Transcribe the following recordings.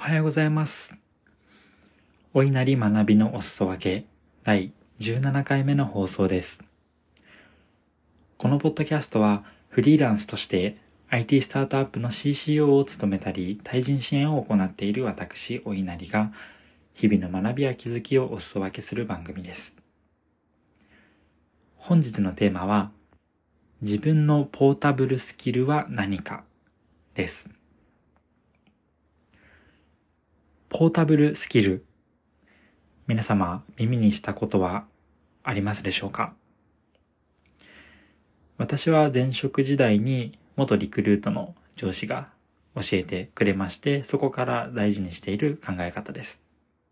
はようございます。お稲荷学びのお裾分け第17回目の放送です。このポッドキャストはフリーランスとして IT スタートアップの CCO を務めたり対人支援を行っている私お稲荷が日々の学びや気づきをお裾分けする番組です。本日のテーマは自分のポータブルスキルは何かです。ポータブルスキル、皆様耳にしたことはありますでしょうか？私は前職時代に元リクルートの上司が教えてくれまして、そこから大事にしている考え方です。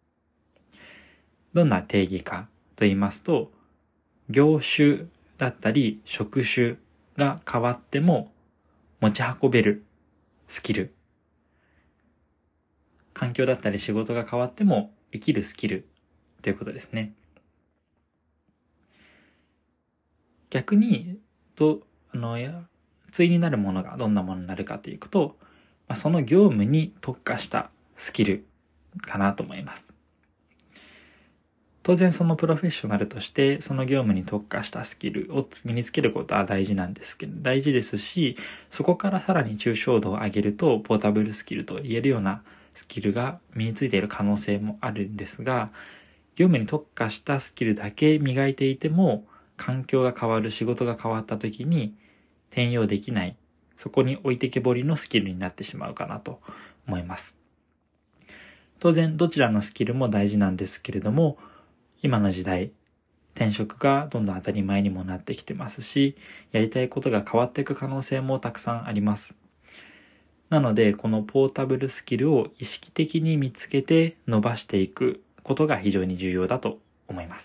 どんな定義かと言いますと、業種だったり職種が変わっても持ち運べるスキル、環境だったり仕事が変わっても生きるスキルということですね。逆に対になるものがどんなものになるかというと、その業務に特化したスキルかなと思います。当然そのプロフェッショナルとしてその業務に特化したスキルを身につけることは大事ですし、そこからさらに抽象度を上げるとポータブルスキルと言えるようなスキルが身についている可能性もあるんですが、業務に特化したスキルだけ磨いていても環境が変わる、仕事が変わった時に転用できない、そこに置いてけぼりのスキルになってしまうかなと思います。当然どちらのスキルも大事なんですけれども、今の時代転職がどんどん当たり前にもなってきてますし、やりたいことが変わっていく可能性もたくさんあります。なのでこのポータブルスキルを意識的に見つけて伸ばしていくことが非常に重要だと思います。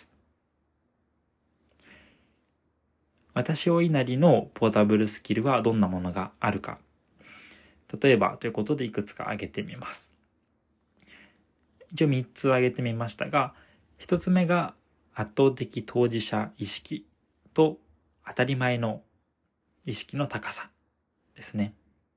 私お稲荷のポータブルスキルはどんなものがあるか。例えばということでいくつか挙げてみます。一応3つ挙げてみましたが、1つ目が圧倒的当事者意識と当たり前の意識の高さですね。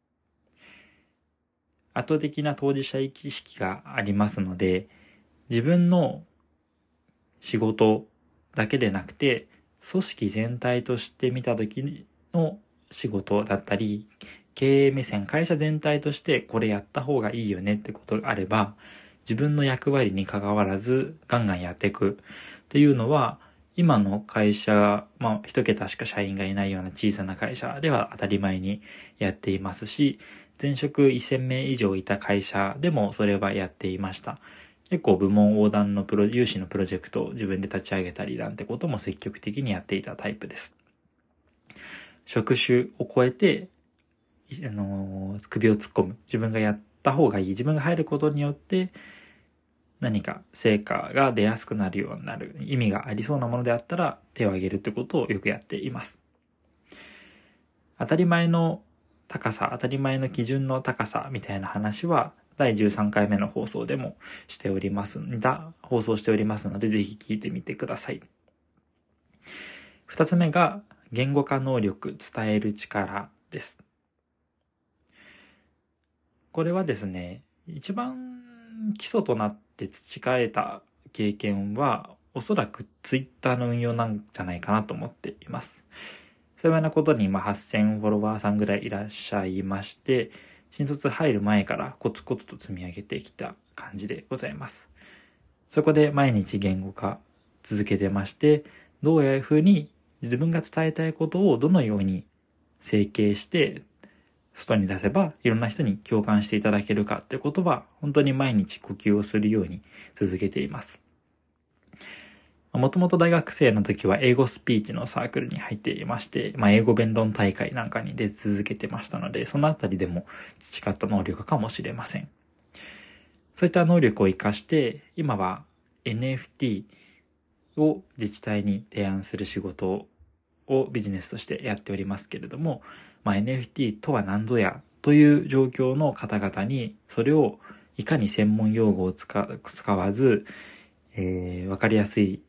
圧倒的な当事者意識がありますので、自分の仕事だけでなくて組織全体として見た時の仕事だったり、経営目線、会社全体としてこれやった方がいいよねってことがあれば、自分の役割に関わらずガンガンやっていくっていうのは、今の会社、一桁しか社員がいないような小さな会社では当たり前にやっていますし、前職1000名以上いた会社でもそれはやっていました。結構部門横断の有志のプロジェクトを自分で立ち上げたりなんてことも積極的にやっていたタイプです。職種を超えて、首を突っ込む。自分がやった方がいい。自分が入ることによって何か成果が出やすくなるようになる。意味がありそうなものであったら手を挙げるってことをよくやっています。当たり前の高さ、当たり前の基準の高さみたいな話は第13回目の放送でも放送しておりますので、ぜひ聞いてみてください。2つ目が言語化能力、伝える力です。これはですね、一番基礎となって培えた経験はおそらくツイッターの運用なんじゃないかなと思っています。幸いなことに8000フォロワーさんぐらいいらっしゃいまして、新卒入る前からコツコツと積み上げてきた感じでございます。そこで毎日言語化続けてまして、どういうふうに自分が伝えたいことをどのように整形して外に出せばいろんな人に共感していただけるかってことは本当に毎日呼吸をするように続けています。もともと大学生の時は英語スピーチのサークルに入っていまして、英語弁論大会なんかに出続けてましたので、そのあたりでも培った能力かもしれません。そういった能力を活かして、今は NFT を自治体に提案する仕事をビジネスとしてやっておりますけれども、NFT とは何ぞやという状況の方々に、それをいかに専門用語を使わず、わかりやすい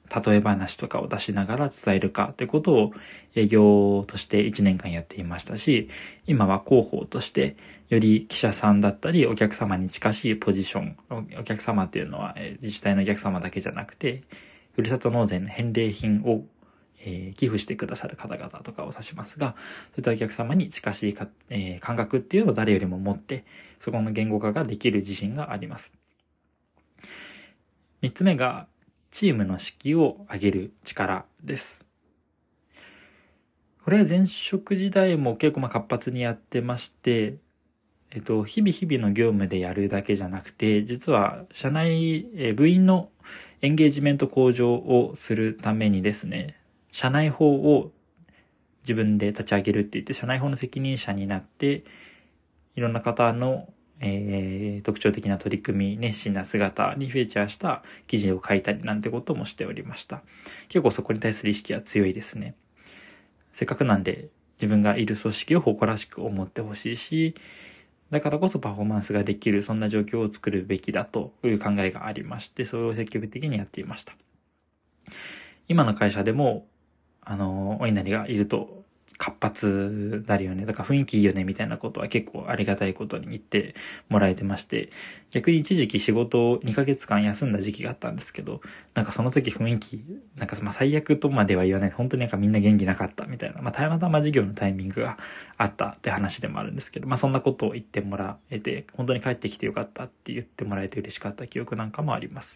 例え話とかを出しながら伝えるかってことを営業として1年間やっていましたし、今は広報としてより記者さんだったりお客様に近しいポジション、お客様っていうのは自治体のお客様だけじゃなくて、ふるさと納税の返礼品を寄付してくださる方々とかを指しますが、そういったお客様に近しい感覚っていうのを誰よりも持って、そこの言語化ができる自信があります。3つ目が、チームの士気を上げる力です。これは前職時代も結構活発にやってまして、日々の業務でやるだけじゃなくて、実は社内、部員のエンゲージメント向上をするためにですね、社内法を自分で立ち上げるって言って、社内法の責任者になって、いろんな方の特徴的な取り組み、熱心な姿にフィーチャーした記事を書いたりなんてこともしておりました。結構そこに対する意識は強いですね。せっかくなんで自分がいる組織を誇らしく思ってほしいし、だからこそパフォーマンスができる、そんな状況を作るべきだという考えがありまして、それを積極的にやっていました。今の会社でも、お稲荷がいると活発だるよね。だから雰囲気いいよねみたいなことは結構ありがたいことに言ってもらえてまして、逆に一時期仕事を2ヶ月間休んだ時期があったんですけど、なんかその時雰囲気、最悪とまでは言わない。本当にみんな元気なかったみたいな。たまたま授業のタイミングがあったって話でもあるんですけど、そんなことを言ってもらえて、本当に帰ってきてよかったって言ってもらえて嬉しかった記憶なんかもあります。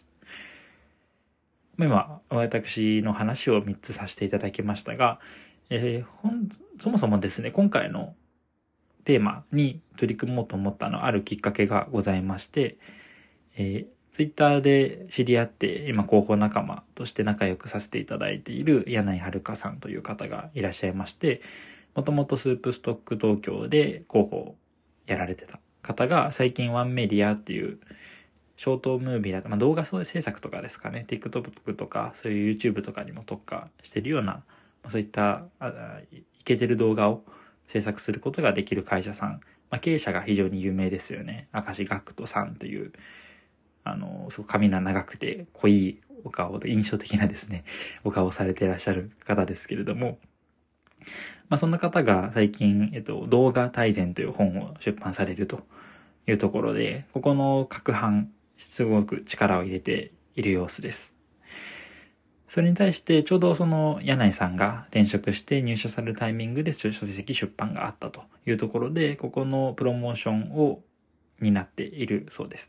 今、私の話を3つさせていただきましたが、そもそもですね、今回のテーマに取り組もうと思ったあるきっかけがございまして、ツイッターで知り合って今広報仲間として仲良くさせていただいている柳井遥さんという方がいらっしゃいまして、もともとスープストック東京で広報やられてた方が最近ワンメディアっていうショートムービーだと、動画制作とかですかね、TikTok とかそういう YouTube とかにも特化してるような、そういったイケてる動画を制作することができる会社さん、経営者が非常に有名ですよね。明石学人さんというすごく髪が長くて濃いお顔で印象的なですね、お顔をされていらっしゃる方ですけれども、そんな方が最近、動画大全という本を出版されるというところで、ここの各版、すごく力を入れている様子です。それに対してちょうどその柳井さんが転職して入社されるタイミングで書籍出版があったというところで、ここのプロモーションを担っているそうです。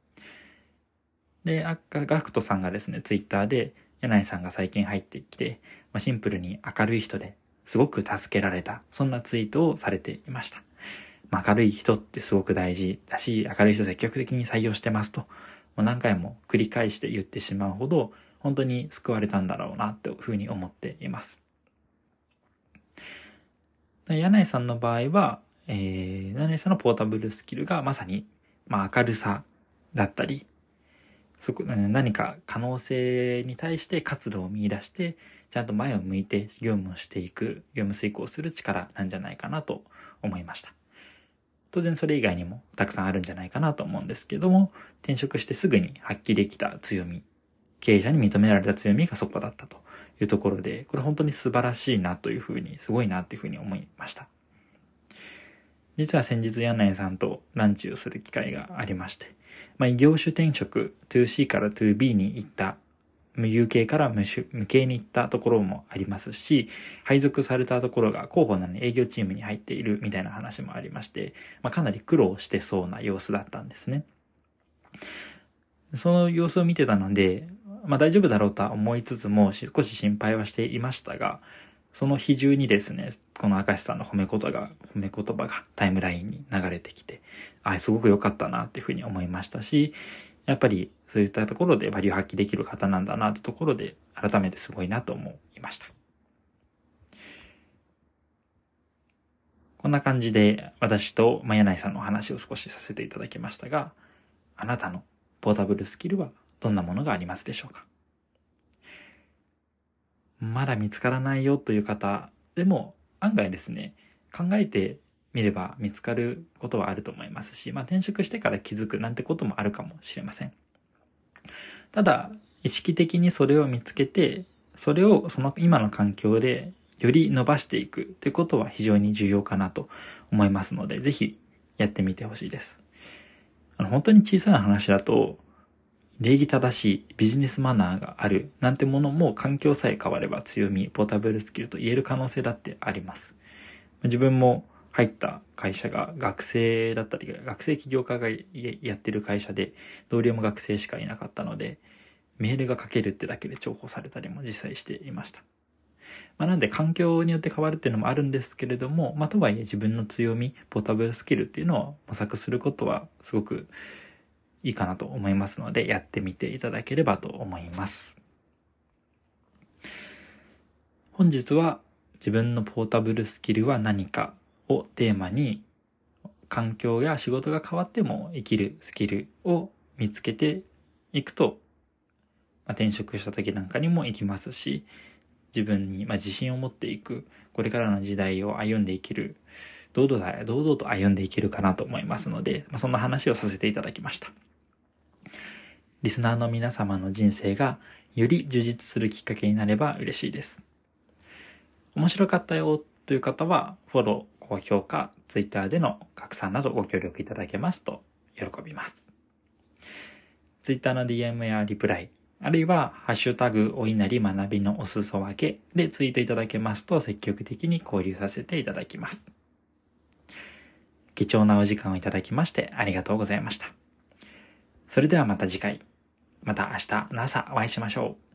で、ガクトさんがですね、ツイッターで柳井さんが最近入ってきて、シンプルに明るい人ですごく助けられた、そんなツイートをされていました。明るい人ってすごく大事だし、明るい人積極的に採用してますと、何回も繰り返して言ってしまうほど、本当に救われたんだろうなというふうに思っています。柳井さんの場合は、柳井さんのポータブルスキルがまさに、明るさだったり、何か可能性に対して活路を見出して、ちゃんと前を向いて業務をしていく、業務遂行する力なんじゃないかなと思いました。当然それ以外にもたくさんあるんじゃないかなと思うんですけども、転職してすぐに発揮できた強み、経営者に認められた強みがそこだったというところで、これ本当に素晴らしいなというふうに、すごいなというふうに思いました。実は先日柳井さんとランチをする機会がありまして、異業種転職 2C から 2B に行った、無有形から無形に行ったところもありますし、配属されたところが広報なのに営業チームに入っているみたいな話もありまして、かなり苦労してそうな様子だったんですね。その様子を見てたので、大丈夫だろうとは思いつつも少し心配はしていましたが、その日中にですね、この明石さんの褒め言葉がタイムラインに流れてきて、すごく良かったなっていうふうに思いましたし、やっぱりそういったところでバリュー発揮できる方なんだなってところで改めてすごいなと思いました。こんな感じで私と柳井さんのお話を少しさせていただきましたが、あなたのポータブルスキルはどんなものがありますでしょうか？まだ見つからないよという方でも案外ですね、考えてみれば見つかることはあると思いますし、転職してから気づくなんてこともあるかもしれません。ただ、 意識的にそれを見つけて、それをその今の環境でより伸ばしていくってことは非常に重要かなと思いますので、ぜひやってみてほしいです。本当に小さな話だと、礼儀正しいビジネスマナーがあるなんてものも環境さえ変われば強み、ポータブルスキルと言える可能性だってあります。自分も入った会社が学生だったり、学生起業家がやってる会社で、同僚も学生しかいなかったので、メールが書けるってだけで重宝されたりも実際していました。なんで環境によって変わるっていうのもあるんですけれども、とはいえ自分の強み、ポータブルスキルっていうのを模索することはすごくいいかなと思いますので、やってみていただければと思います。本日は自分のポータブルスキルは何かをテーマに、環境や仕事が変わっても生きるスキルを見つけていくと、転職した時なんかにも生きますし、自分に自信を持っていく、これからの時代を歩んでいける、堂々と歩んでいけるかなと思いますので、そんな話をさせていただきました。リスナーの皆様の人生がより充実するきっかけになれば嬉しいです。面白かったよという方は、フォロー、高評価、Twitter での拡散などご協力いただけますと喜びます。Twitter の DM やリプライ、あるいは、ハッシュタグお稲荷学びのお裾分けでツイートいただけますと積極的に交流させていただきます。貴重なお時間をいただきましてありがとうございました。それではまた次回、また明日の朝お会いしましょう。